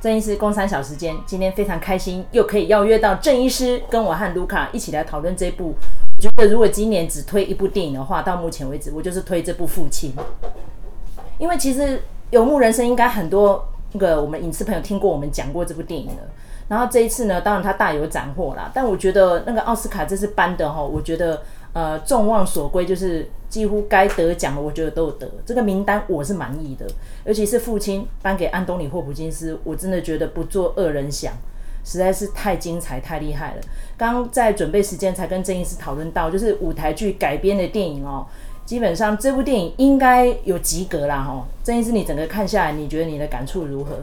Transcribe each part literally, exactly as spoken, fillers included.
郑医师公三小时间，今天非常开心，又可以邀约到郑医师跟我和卢卡一起来讨论这部。我觉得如果今年只推一部电影的话，到目前为止，我就是推这部《父亲》，因为其实《游牧人生》应该很多那个我们影视朋友听过我们讲过这部电影了。然后这一次呢，当然它大有斩获啦，但我觉得那个奥斯卡这次颁的哈，我觉得呃众望所归，就是几乎该得奖的，我觉得都有得。这个名单我是满意的，尤其是父亲颁给安东尼·霍普金斯，我真的觉得不做恶人想，实在是太精彩、太厉害了。刚刚在准备时间才跟郑医师讨论到，就是舞台剧改编的电影哦，基本上这部电影应该有及格啦哈。郑医师，你整个看下来，你觉得你的感触如何？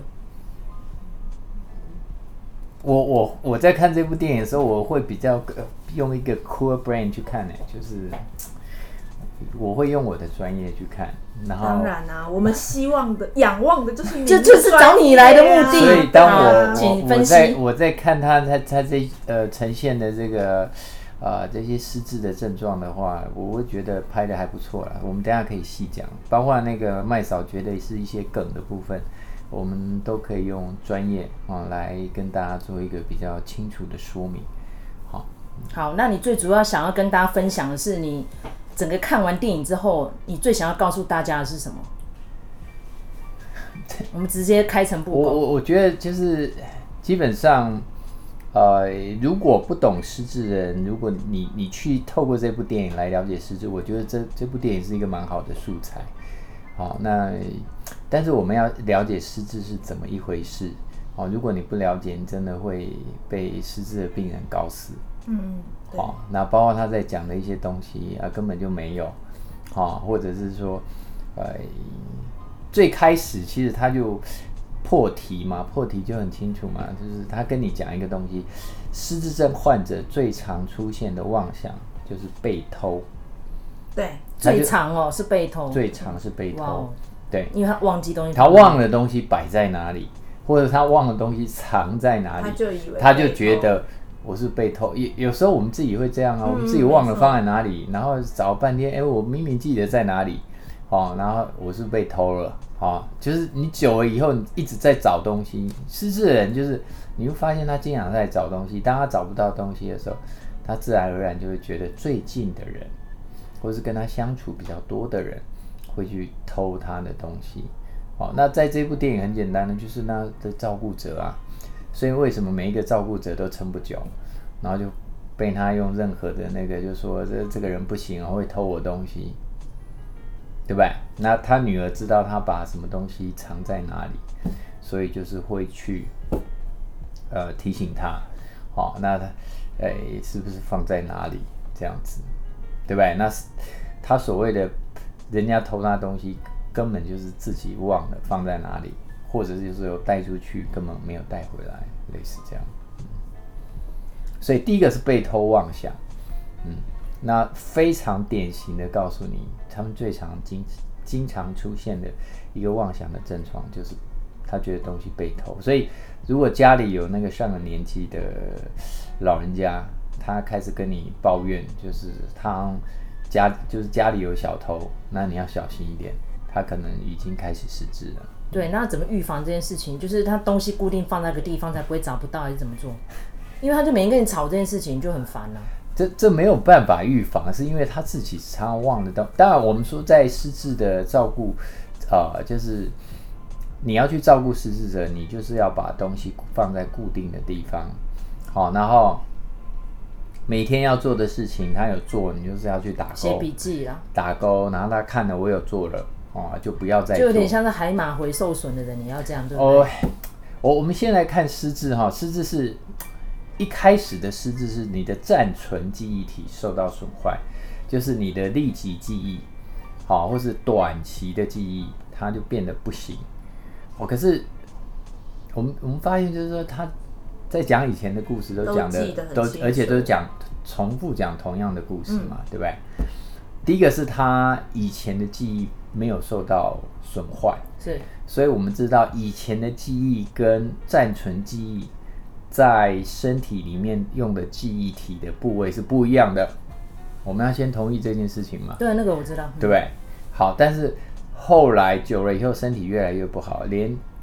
我我我在看这部电影的时候，我会比较、呃、用一个 cool brain 去看呢，就是我会用我的专业去看，然后当然啊，我们希望的、仰望的就是你的、 啊，这就是找你来的目的。 所以当我、 啊、 我我在我在看他他他这呃呈现的这个呃这些失智的症状的话，我会觉得拍的还不错啦。我们等一下可以细讲，包括那个麦嫂觉得是一些梗的部分。我们都可以用专业啊来跟大家做一个比较清楚的说明。好， 好，那你最主要想要跟大家分享的是，你整个看完电影之后，你最想要告诉大家的是什么？我们直接开诚布公。 我我我觉得就是基本上，呃，如果不懂失智的人，如果你你去透过这部电影来了解失智，我觉得这这部电影是一个蛮好的素材。好，那但是我们要了解失智是怎么一回事。好，如果你不了解，你真的会被失智的病人搞死。 嗯， 好，那包括他在讲的一些东西啊，根本就没有。好，或者是说，呃，最开始其实他就破题嘛，破题就很清楚嘛，就是他跟你讲一个东西，失智症患者最常出现的妄想就是被偷。 对。 最常哦是被偷， 最常是被偷，对， 因为他忘记东西， 他忘了东西摆在哪里，或者他忘了东西藏在哪里， 他就以为他就觉得我是被偷。有有时候我们自己会这样啊，嗯、我们自己忘了放在哪里，然后找半天，哎，我明明记得在哪里，哦，然后我是被偷了，哦，就是你久了以后，你一直在找东西。失智的人就是你会发现他经常在找东西，当他找不到东西的时候，他自然而然就会觉得最近的人。或是跟他相处比较多的人会去偷他的东西。好，那在这部电影很简单的，就是他的照顾者啊，所以为什么每一个照顾者都撑不久，然后就被他用任何的那个就说这这个人不行啊，会偷我东西，对吧？那他女儿知道他把什么东西藏在哪里，所以就是会去呃提醒他，好，那他哎是不是放在哪里这样子？对不对？那他所谓的人家偷他东西，根本就是自己忘了放在哪里，或者就是有带出去，根本没有带回来，类似这样。嗯、所以第一个是被偷妄想，嗯，那非常典型的告诉你，他们最常经经常出现的一个妄想的症状，就是他觉得东西被偷。所以如果家里有那个上了年纪的老人家，他开始跟你抱怨，就是他家就是家里有小偷，那你要小心一点，他可能已经开始失智了。 对，那怎么预防这件事情？就是他东西固定放在一个地方，才不会找不到，还是怎么做？因为他就每天跟你吵这件事情，就很烦了、啊。 这这没有办法预防，是因为他自己常常忘得到。当然，我们说在失智的照顾，呃，就是你要去照顾失智者，你就是要把东西放在固定的地方，好，然后。每天要做的事情，他有做，你就是要去打勾， 写笔记啦， 打勾，然后他看了我有做了，哦，就不要再做， 就有点像是海马回受损的人，你要这样对不对？ 哦，我我们先来看失智哈，失智是一开始的失智是你的暂存记忆体受到损坏，就是你的立即记忆，好，或是短期的记忆，它就变得不行。哦，可是我们我们发现就是说他。在讲以前的故事，都讲的都，而且都讲重复讲同样的故事嘛，嗯、对不对？第一个是他以前的记忆没有受到损坏， 是， 所以我们知道以前的记忆跟暂存记忆在身体里面用的记忆体的部位是不一样的。我们要先同意这件事情嘛？ 对，那个我知道， 对不对？好，但是后来久了以后，身体越来越不好，连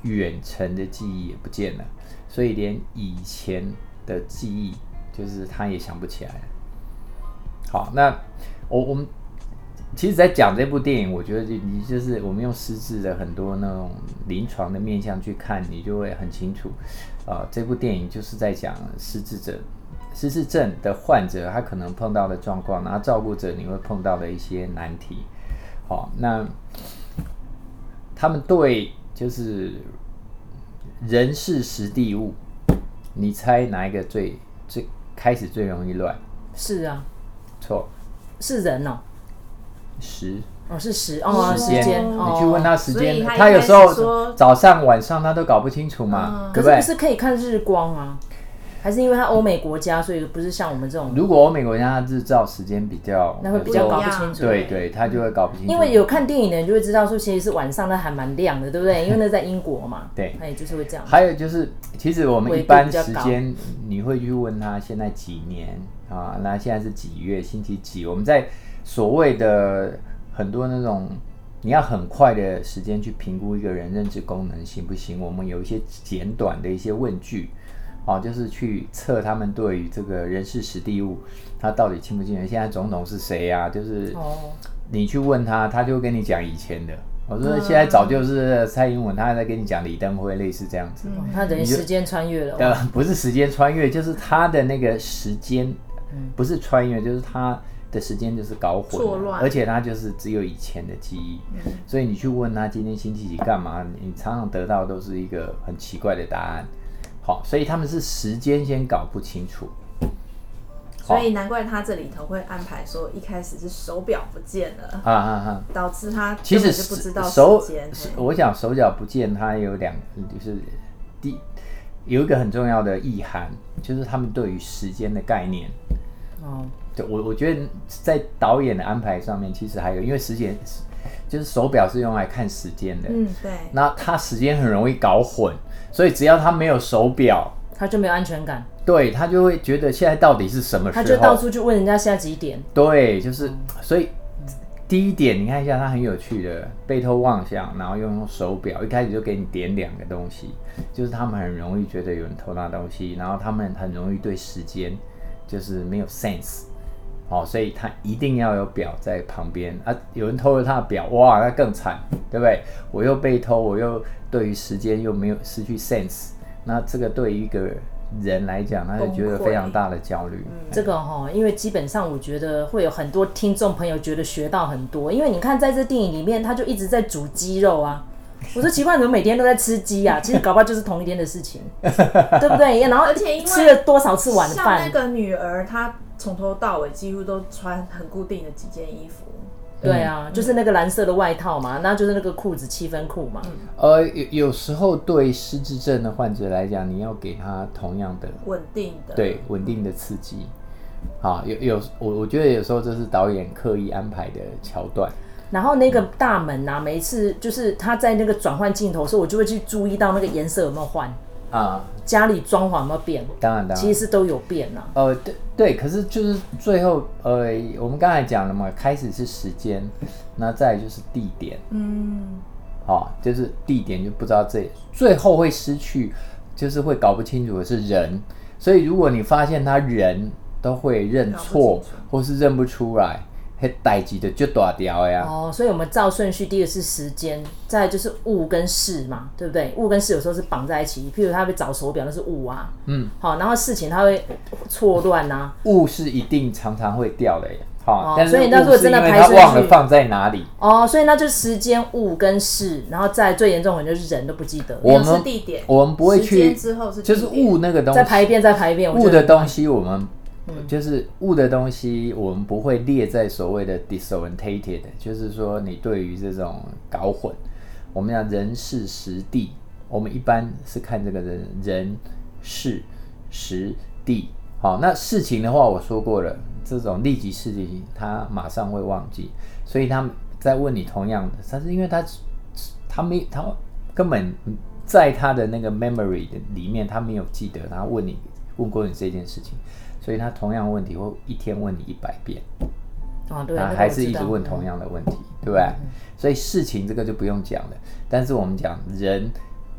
远程的记忆也不见了，所以连以前的记忆就是他也想不起来了。好，那我我们其实在讲这部电影，我觉得你就是我们用失智的很多那种临床的面向去看，你就会很清楚。呃，这部电影就是在讲失智者、失智症的患者他可能碰到的状况，然后照顾者你会碰到的一些难题。好，那他们对就是人事时地物，你猜哪一个最最开始最容易乱？ 是啊， 错， 是人哦。 时哦，是时哦， 时间， 间， 哦、 你去问他时间， 他他有时候早上晚上他都搞不清楚嘛， 嗯、 对不对？ 可是不是可以看日光啊？还是因为它欧美国家，所以不是像我们这种？ 如果欧美国家它日照时间比较， 那会比较搞不清楚。 对对，他就会搞不清楚。 因为有看电影的人就会知道说，其实是晚上，那还蛮亮的，对不对？因为那在英国嘛， 对， 它也就是会这样。 还有就是，其实我们一般时间，你会去问他现在几年啊？那现在是几月？星期几？我们在所谓的很多那种。你要很快的时间去评估一个人认知功能行不行？我们有一些简短的一些问句，啊，就是去测他们对于这个人事时地物，他到底清不清楚？现在总统是谁呀、啊？就是你去问他，他就跟你讲以前的。我说现在早就是蔡英文，他还在跟你讲李登辉，类似这样子。 嗯、他等于时间穿越了。 呃，不是时间穿越，就是他的那个时间，不是穿越，就是他。的时间就是搞混了，而且他就是只有以前的记忆，嗯、所以你去问他今天星期几干嘛，你常常得到都是一个很奇怪的答案。好，所以他们是时间先搞不清楚， 所以难怪他这里头会安排说一开始是手表不见了啊啊啊， 导致他其实就不知道手时间。 我讲手脚不见，它有两就是第有一个很重要的意涵，就是他们对于时间的概念。哦。我我觉得在导演的安排上面，其实还有，因为时间就是手表是用来看时间的， 嗯，对。 那他时间很容易搞混，所以只要他没有手表， 他就没有安全感。 对，他就会觉得现在到底是什么时候， 他就到处去问人家现在几点。 对，就是所以第一点，你看一下，他很有趣的被偷妄想，然后又用手表，一开始就给你点两个东西，就是他们很容易觉得有人偷拿东西，然后他们很容易对时间就是没有 sense。哦，所以他一定要有表在旁边啊！有人偷了他的表，哇，那更惨，对不对？我又被偷，我又对于时间又没有失去 sense， 那这个对于一个人来讲，他就觉得非常大的焦虑。 嗯、这个哈、哦，因为基本上我觉得会有很多听众朋友觉得学到很多，因为你看在这电影里面，他就一直在煮鸡肉啊。我说奇怪，怎么每天都在吃鸡啊？其实搞不好就是同一天的事情，对不对？然后而且因为吃了多少次晚饭， 像那个女儿她。从头到尾几乎都穿很固定的几件衣服， 对啊，嗯、就是那个蓝色的外套嘛，那就是那个裤子七分裤嘛。 嗯、呃，有有时候对失智症的患者来讲，你要给他同样的稳定的， 对稳定的刺激。好，有有我我觉得有时候这是导演刻意安排的桥段。 然后那个大门啊，每一次就是他在那个转换镜头的时候，我就会去注意到那个颜色有没有换。啊，家里装潢有没有变？ 当然，当然， 其实是都有变啊。 呃，对对，可是就是最后，呃，我们刚才讲了嘛，开始是时间，那再来就是地点，嗯，好、哦，就是地点就不知道这，最后会失去，就是会搞不清楚的是人，所以如果你发现他人都会认错，或是认不出来。那代志就很大条呀。 哦，所以我们照顺序，第一个是时间，再来就是物跟事嘛，对不对？物跟事有时候是绑在一起，譬如他会找手表，那是物啊。嗯。好，然后事情他会错乱啊。 物是一定常常会掉的耶。好、 哦， 但是所以那如果真的排顺序， 他忘了放在哪里。 哦，所以那就是时间、物跟事，然后再最严重的就是人都不记得。 我们是地点， 我们不会去， 时间之后是就是物那个东西， 再排一遍，再排一遍。 物的东西我们。就是物的东西，我们不会列在所谓的 disorientated， 就是说你对于这种搞混，我们讲人事时地，我们一般是看这个人人事时地。好，那事情的话，我说过了，这种立即事情他马上会忘记，所以他在问你同样的，但是因为他他没他根本在他的那个 memory 的里面，他没有记得，然后问你问过你这件事情。所以他同样的问题会一天问你一百遍， 哦，对， 他还是一直问同样的问题，嗯、对不对？嗯、所以事情这个就不用讲了，但是我们讲人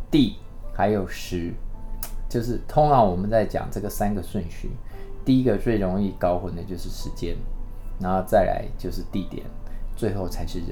地还有时，就是通常我们在讲这个三个顺序，第一个最容易搞混的就是时间，然后再来就是地点，最后才是人。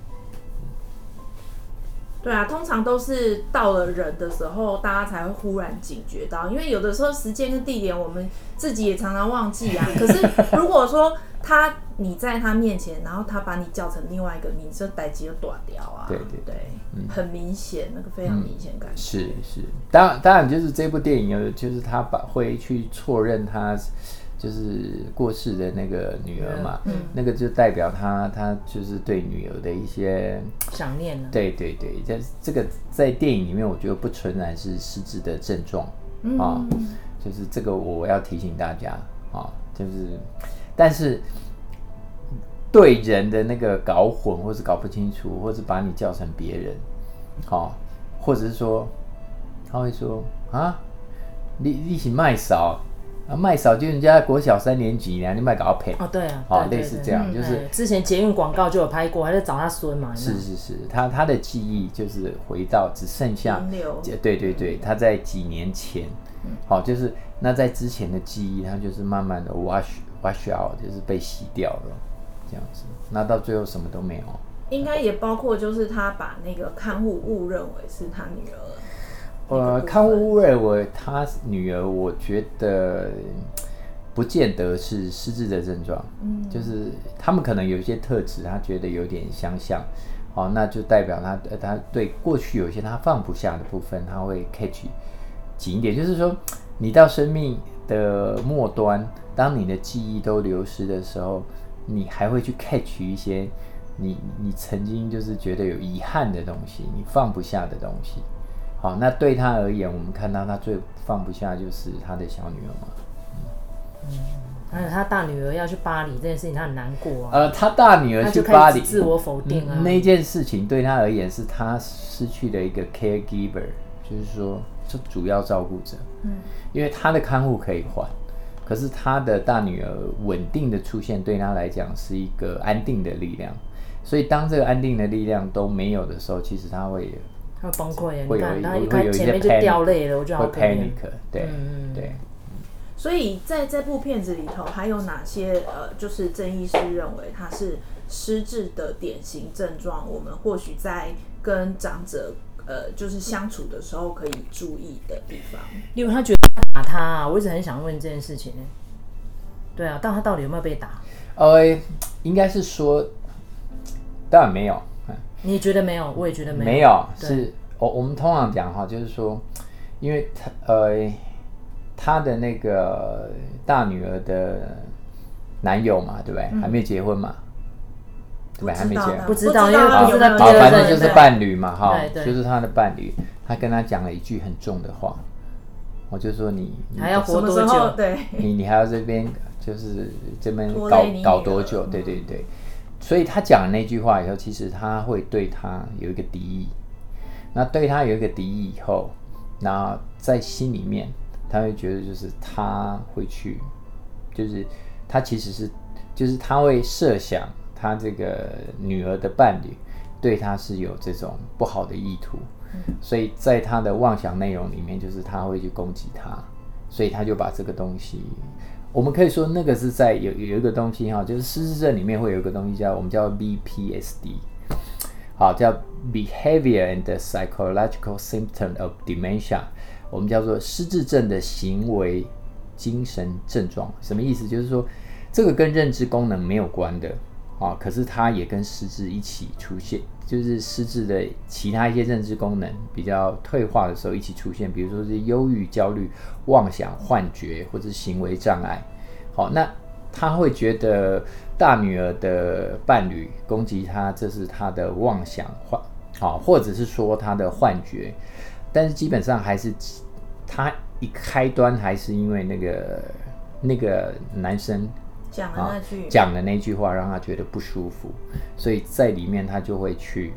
对啊，通常都是到了人的时候，大家才会忽然警觉到，因为有的时候时间跟地点我们自己也常常忘记啊。可是如果说他你在他面前，然后他把你叫成另外一个名字，这代际就断掉啊。 对对对，嗯、很明显，那个非常明显感觉。 是是，当然当然就是这部电影有，就是他把会去错认他。就是过世的那个女儿嘛，嗯、那个就代表他他就是对女儿的一些想念了。 对对对，这这个在电影里面，我觉得不纯然是失智的症状啊、嗯，就是这个我要提醒大家啊，就是，但是对人的那个搞混，或是搞不清楚，或是把你叫成别人，好、啊，或者是说他会说啊，你你是卖少。啊，卖少就人家国小三年级呢，你卖搞骗哦，对啊， 哦，类似这样， 嗯、 就是之前捷运广告就有拍过，还在找他孙嘛。 是是是，他他的记忆就是回到只剩下，对对对，他在几年前，好、嗯哦，就是那在之前的记忆，他就是慢慢的 wash wash out， 就是被洗掉了，这样子，那到最后什么都没有。 应该也包括就是他把那个看护误认为是他女儿。 呃，看护认为他女儿，我觉得不见得是失智的症状，嗯，就是他们可能有一些特质，他觉得有点相像，哦，那就代表他他对过去有一些他放不下的部分，他会 catch 紧一点。就是说，你到生命的末端，当你的记忆都流失的时候，你还会去 catch 一些你你曾经就是觉得有遗憾的东西，你放不下的东西。好，那对他而言，我们看到他最放不下就是他的小女儿嘛。 嗯，还有他大女儿要去巴黎这件事情，他很难过啊。 呃，他大女儿去巴黎， 自我否定啊、嗯。 那件事情对他而言是他失去了一个 caregiver， 就是说是主要照顾者。嗯，因为他的看护可以换，可是他的大女儿稳定的出现，对他来讲是一个安定的力量。所以当这个安定的力量都没有的时候，其实他会。 会崩溃， 你看他一开前面就掉泪了，我就好可怜。 对，嗯、对。 所以在这部片子里头，还有哪些呃，就是郑医师认为它是失智的典型症状？我们或许在跟长者呃，就是相处的时候可以注意的地方。 因为他觉得他打他、啊，我一直很想问这件事情呢。对啊，但他到底有没有被打？ 呃，应该是说，当然没有。 你觉得没有？我也觉得没有。 没有，是我我们通常讲哈，就是说，因为他呃，他的那个大女儿的男友嘛，对不对？嗯、还没结婚嘛，对不对？还没结婚， 不知道，因为不知道。 好，反正就是伴侣嘛，哈，就是他的伴侣，他跟他讲了一句很重的话，我就说你还要活多久？ 对， 你你还要这边就是这边搞搞多久？对对对。所以他讲了那句话以后，其实他会对他有一个敌意。那对他有一个敌意以后，那在心里面，他会觉得就是他会去，就是他其实是，就是他会设想他这个女儿的伴侣对他是有这种不好的意图，所以在他的妄想内容里面，就是他会去攻击他，所以他就把这个东西。我们可以说那个是在有有一个东西哈，就是失智症里面会有一个东西叫我们叫 B P S D， 好，叫 Behavior and Psychological Symptom of Dementia， 我们叫做失智症的行为精神症状。什么意思？就是说这个跟认知功能没有关的啊，可是它也跟失智一起出现，就是失智的其他一些认知功能比较退化的时候一起出现，比如说是忧郁、焦虑、妄想、幻觉或者行为障碍。好，那他会觉得大女儿的伴侣攻击他，这是他的妄想幻，好，或者是说他的幻觉，但是基本上还是他一开端还是因为那个那个男生。 讲的那句讲的那句话让他觉得不舒服，所以在里面他就会去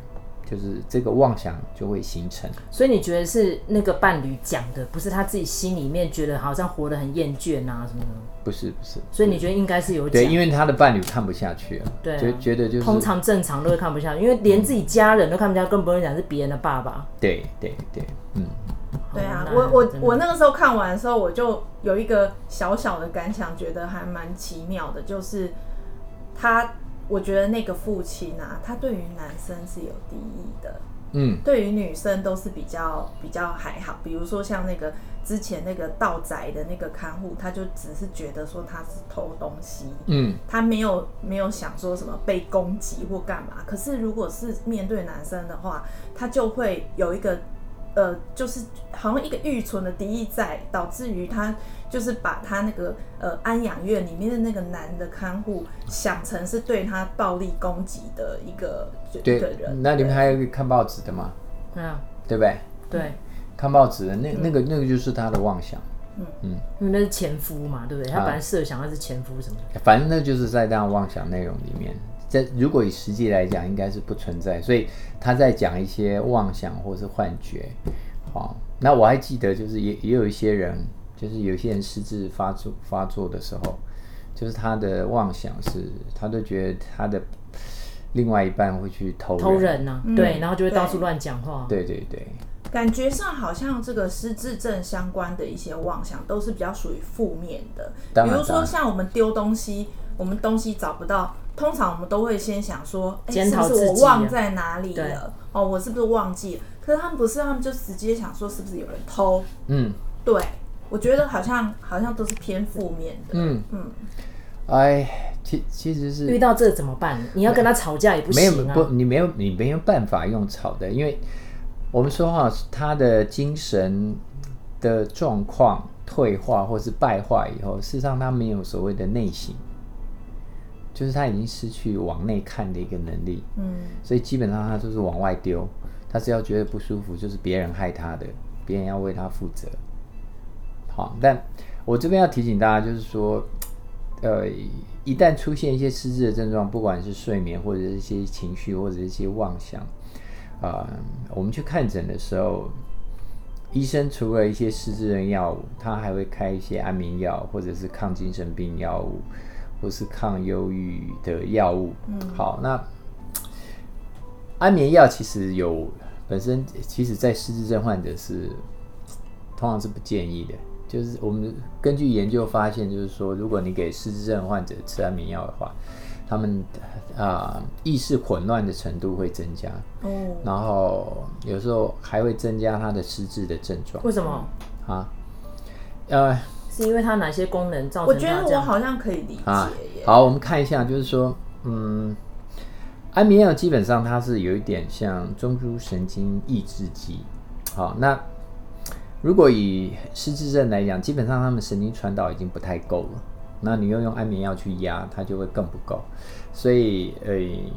就是这个妄想就会形成。 所以你觉得是那个伴侣讲的，不是他自己心里面觉得好像活得很厌倦啊什么的？ 不是不是， 所以你觉得应该是有讲？ 对，因为他的伴侣看不下去了， 对、啊， 觉觉得就是通常正常都会看不下去，因为连自己家人都看不下去，更不用讲是别人的爸爸。 对对对，嗯。 对啊，我我我那个时候看完的时候，我就有一个小小的感想，觉得还蛮奇妙的，就是他，我觉得那个父亲啊，他对于男生是有敌意的，嗯，对于女生都是比较比较还好，比如说像那个之前那个盗宅的那个看护，他就只是觉得说他是偷东西，嗯，他没有没有想说什么被攻击或干嘛，可是如果是面对男生的话，他就会有一个。呃，就是好像一个预存的敌意在，导致于他就是把他那个呃安养院里面的那个男的看护想成是对他暴力攻击的一个一个人。 那你们还有看报纸的吗？ 嗯， 对不对？ 对， 看报纸的那那个那个就是他的妄想。 嗯嗯，因为那是前夫嘛，对不对？他本来设想他是前夫什么的， 反正那就是在这样妄想内容里面。这如果以实际来讲，应该是不存在，所以他在讲一些妄想或是幻觉。好，那我还记得，就是也也有一些人，就是有些人失智发作发作的时候，就是他的妄想是，他都觉得他的另外一半会去偷人偷人啊，嗯、对，然后就会到处乱讲话。 对对对。 感觉上好像这个失智症相关的一些妄想都是比较属于负面的，比如说像我们丢东西，我们东西找不到，通常我们都会先想说，哎、欸，是不是我忘在哪里了？哦，我是不是忘记了？可是他们不是，他们就直接想说是不是有人偷？嗯，对，我觉得好像好像都是偏负面的。嗯嗯， 哎，其其实是遇到这怎么办？你要跟他吵架也不行啊。 没有不，你没有你没有办法用吵的，因为。我们说哈，他的精神的状况退化或是败坏以后，事实上他没有所谓的内省，就是他已经失去往内看的一个能力。嗯，所以基本上他就是往外丢，他只要觉得不舒服，就是别人害他的，别人要为他负责。好，但我这边要提醒大家，就是说，呃，一旦出现一些失智的症状，不管是睡眠或者是一些情绪或者是一些妄想。呃，我们去看诊的时候，医生除了一些失智的药物，他还会开一些安眠药，或者是抗精神病药物，或是抗忧郁的药物。嗯，好，那安眠药其实有本身，其实在失智症患者是通常是不建议的。就是我们根据研究发现，就是说，如果你给失智症患者吃安眠药的话，他们啊、呃、意识混乱的程度会增加，哦，然后有时候还会增加他的失智的症状。 为什么啊？呃， 是因为它哪些功能造成它这样？ 我觉得我好像可以理解耶。啊、 好，我们看一下，就是说，嗯，安眠药基本上它是有一点像中枢神经抑制剂。好，那如果以失智症来讲，基本上他们神经传导已经不太够了。那你又用安眠药去压，它就会更不够，所以呃，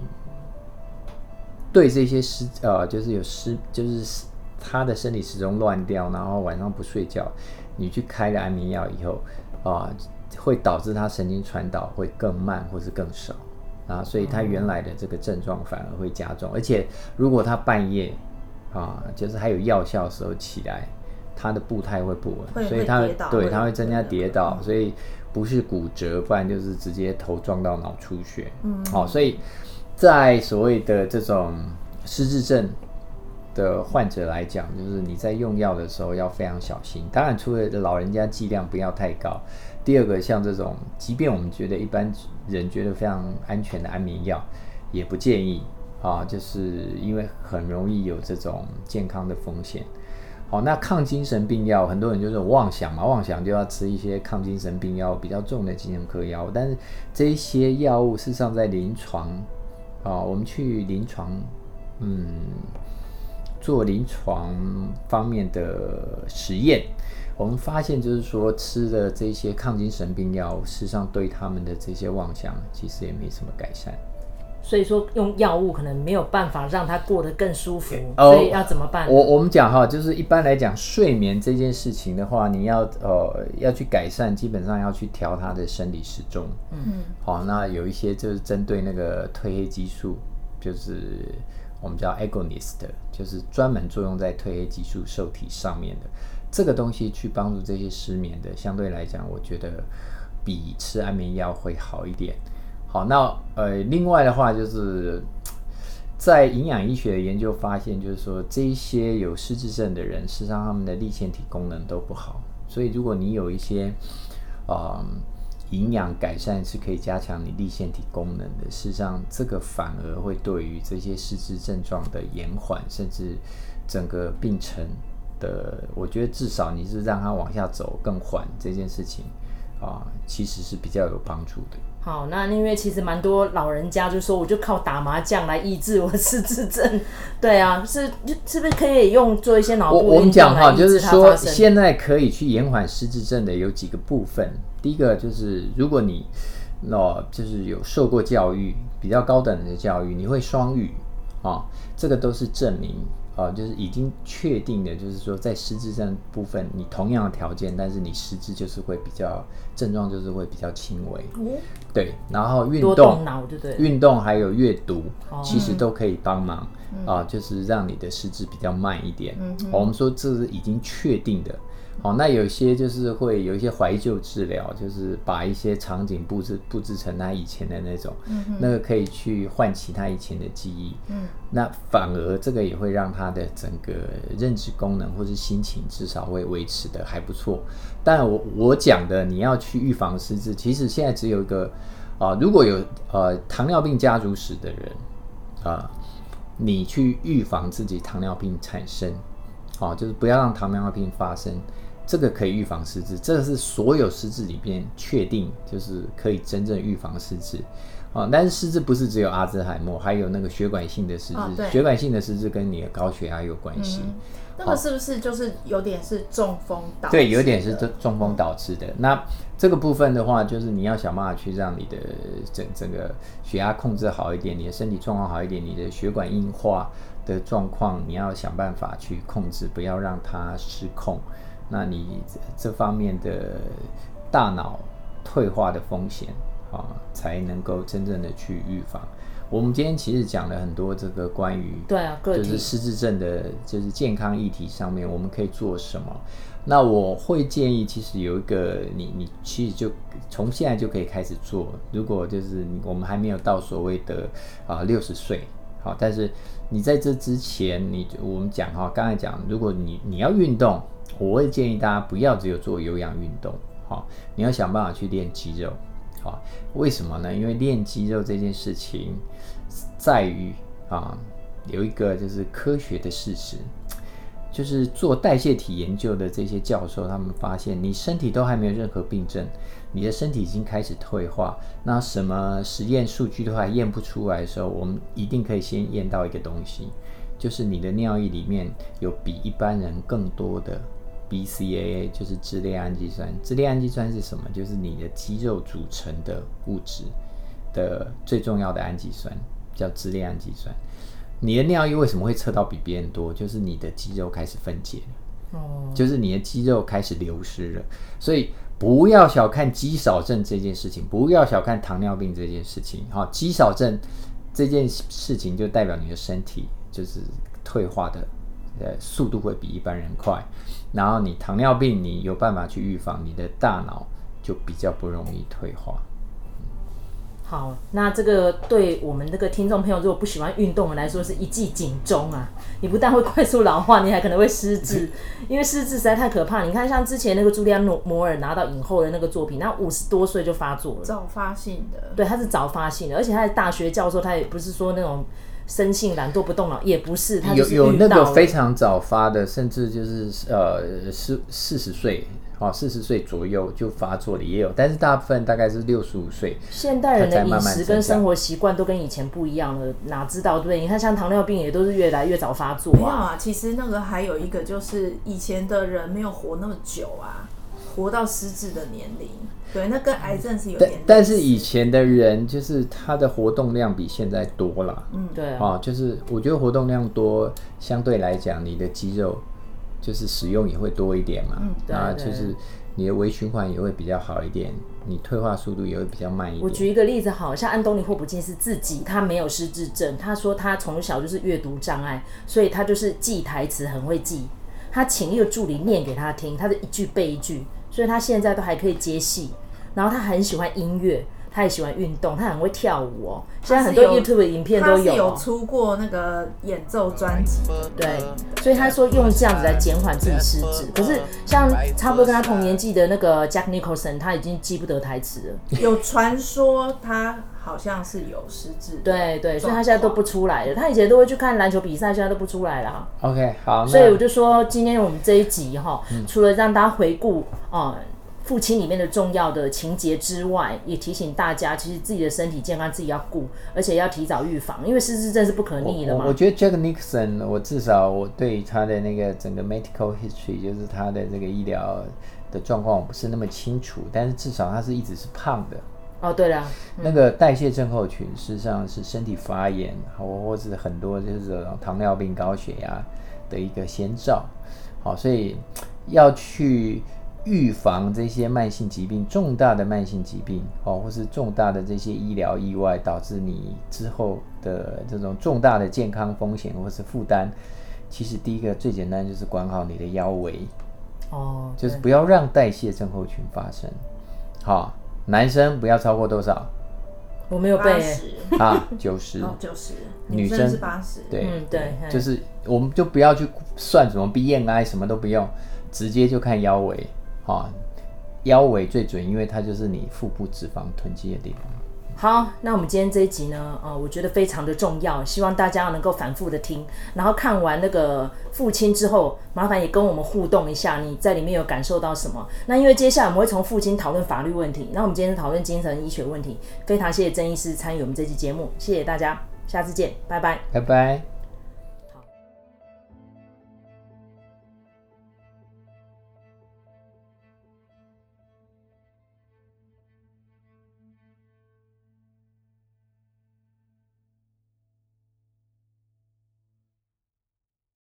对这些失呃，就是有失，就是他的生理时钟乱掉，然后晚上不睡觉，你去开了安眠药以后啊、呃，会导致他神经传导会更慢或是更少啊，所以他原来的这个症状反而会加重，而且如果他半夜啊，就是还有药效的时候起来，他的步态会不稳，所以他对他会增加跌倒，所以。不是骨折，不然就是直接头撞到脑出血。嗯，好、哦，所以在所谓的这种失智症的患者来讲，就是你在用药的时候要非常小心。当然，除了老人家剂量不要太高，第二个像这种，即便我们觉得一般人觉得非常安全的安眠药，也不建议啊，就是因为很容易有这种健康的风险。好，那抗精神病药，很多人就是妄想嘛，妄想就要吃一些抗精神病药比较重的精神科药物，但是这些药物事实上在临床啊，我们去临床，嗯，做临床方面的实验，我们发现就是说吃的这些抗精神病药，事实上对他们的这些妄想其实也没什么改善。 所以说用药物可能没有办法让他过得更舒服，哦、所以要怎么办？ 我我们讲哈，就是一般来讲，睡眠这件事情的话，你要呃要去改善，基本上要去调他的生理时钟。嗯，好，那有一些就是针对那个褪黑激素，就是我们叫 agonist， 就是专门作用在褪黑激素受体上面的这个东西去帮助这些失眠的，相对来讲，我觉得比吃安眠药会好一点。好，那呃，另外的话就是在营养医学的研究发现，就是说这一些有失智症的人，事实上他们的粒线体功能都不好，所以如果你有一些呃营养改善是可以加强你粒线体功能的，事实上这个反而会对于这些失智症状的延缓，甚至整个病程的，我觉得至少你是让它往下走更缓这件事情啊，其实是比较有帮助的。 好，那因为其实蛮多老人家就说，我就靠打麻将来抑制我失智症。对啊，是是不是可以用做一些脑部运动来抑制它发生？我我们讲哈， 就是说现在可以去延缓失智症的有几个部分。第一个就是如果你哦就是有受过教育，比较高等的教育，你会双语啊，这个都是证明。呃，就是已经确定的，就是说在失智症部分，你同样的条件，但是你失智就是会比较症状就是会比较轻微，哦、对。然后运动、 多动脑就对了， 运动还有阅读， 哦、 其实都可以帮忙啊、嗯呃，就是让你的失智比较慢一点。嗯、我们说这是已经确定的。好，那有些就是会有一些怀旧治疗，就是把一些场景布置布置成他以前的那种，嗯、那个可以去唤起他以前的记忆。嗯，那反而这个也会让他的整个认知功能或是心情至少会维持的还不错。但我我讲的你要去预防失智，其实现在只有一个啊、呃，如果有呃糖尿病家族史的人啊、呃，你去预防自己糖尿病产生，好、哦，就是不要让糖尿病发生。这个可以预防失智，这个是所有失智里边确定就是可以真正预防失智，啊，但是失智不是只有阿兹海默，还有那个血管性的失智，哦、血管性的失智跟你的高血压有关系。嗯、 那个是不是就是有点是中风导致的？ 对，有点是中风导致的。那这个部分的话，就是你要想办法去让你的整整个血压控制好一点，你的身体状况好一点，你的血管硬化的状况你要想办法去控制，不要让它失控。那你这方面的大脑退化的风险啊，才能够真正的去预防。我们今天其实讲了很多这个关于对啊， 就是失智症的，就是健康议题上面我们可以做什么。那我会建议，其实有一个你你其实就从现在就可以开始做。如果就是我们还没有到所谓的啊六十岁，好，但是你在这之前，你我们讲哈，刚才讲，如果你你要运动。我会建议大家不要只有做有氧运动，好，你要想办法去练肌肉，好，为什么呢？因为练肌肉这件事情在于啊，有一个就是科学的事实，就是做代谢体研究的这些教授，他们发现你身体都还没有任何病症，你的身体已经开始退化，那什么实验数据都还验不出来的时候，我们一定可以先验到一个东西，就是你的尿液里面有比一般人更多的B C A A， 就是支链氨基酸。支链氨基酸是什么？就是你的肌肉组成的物质的最重要的氨基酸，叫支链氨基酸。你的尿液为什么会测到比别人多？就是你的肌肉开始分解了，哦，就是你的肌肉开始流失了。所以不要小看肌少症这件事情，不要小看糖尿病这件事情。好，肌少症这件事情就代表你的身体就是退化的。呃，速度会比一般人快，然后你糖尿病你有办法去预防，你的大脑就比较不容易退化。 好，那这个对我们这个听众朋友，如果不喜欢运动的来说，是一记警钟啊！你不但会快速老化，你还可能会失智，因为失智实在太可怕。你看，像之前那个朱利安·摩尔拿到影后的那个作品，那五十多岁就发作了， 早发性的。对， 他是早发性的，而且他是大学教授，他也不是说那种。生性懒惰不动脑，也不是，他就是遇到了有有那个非常早发的，甚至就是呃四四十岁，哦四十岁左右就发作的也有，但是大部分大概是六十五岁。 现代人的饮食跟生活习惯都跟以前不一样了，哪知道对不对？你看像糖尿病也都是越来越早发作啊。 没有啊，其实那个还有一个就是以前的人没有活那么久啊，活到失智的年龄。对，那跟癌症是有点类似。 但是以前的人就是他的活动量比现在多了， 嗯，对啊， 哦，就是我觉得活动量多，相对来讲你的肌肉就是使用也会多一点嘛，嗯，对，啊，就是你的微循环也会比较好一点，你退化速度也会比较慢一点。 我举一个例子好，像安东尼霍普金斯自己他没有失智症，他说他从小就是阅读障碍，所以他就是记台词很会记，他请一个助理念给他听，他就一句背一句，所以他现在都还可以接戏。然后他很喜欢音乐，他也喜欢运动，他很会跳舞哦。现在很多 YouTube 的影片都有、哦， 他是有出过那个演奏专辑。 对，所以他说用这样子来减缓自己失智。可是像差不多跟他同年纪的那个 Jack Nicholson， 他已经记不得台词了。 有传说他好像是有失智。 对对，所以他现在都不出来了。他以前都会去看篮球比赛，现在都不出来了。 OK， 好。 所以我就说，今天我们这一集哈，嗯、除了让大家回顾啊。呃父亲里面的重要的情节之外，也提醒大家，其实自己的身体健康自己要顾，而且要提早预防，因为失智症是不可逆的嘛。 我, 我觉得 Jack Nicholson， 我至少我对他的那个整个 medical history， 就是他的这个医疗的状况，我不是那么清楚，但是至少他是一直是胖的。 哦，对了， 嗯、那个代谢症候群实际上是身体发炎，或或是很多就是这种糖尿病、高血压的一个先兆。好，所以要去预防这些慢性疾病、重大的慢性疾病，哦，或是重大的这些医疗意外导致你之后的这种重大的健康风险或是负担，其实第一个最简单就是管好你的腰围， 哦， 就是不要让代谢症候群发生。好，男生不要超过多少？ 我没有背啊，九十， 哦，九十， 女生是八十， 对， 嗯，对， 就是我们就不要去算什么 B M I， 什么都不用，直接就看腰围。哦、腰围最准，因为它就是你腹部脂肪囤积的地方。 好，那我们今天这一集呢，呃，我觉得非常的重要，希望大家能够反复的听，然后看完那个父亲之后，麻烦也跟我们互动一下，你在里面有感受到什么？那因为接下来我们会从父亲讨论法律问题，那我们今天是讨论精神医学问题，非常谢谢曾医师参与我们这期节目，谢谢大家，下次见，拜拜， 拜拜。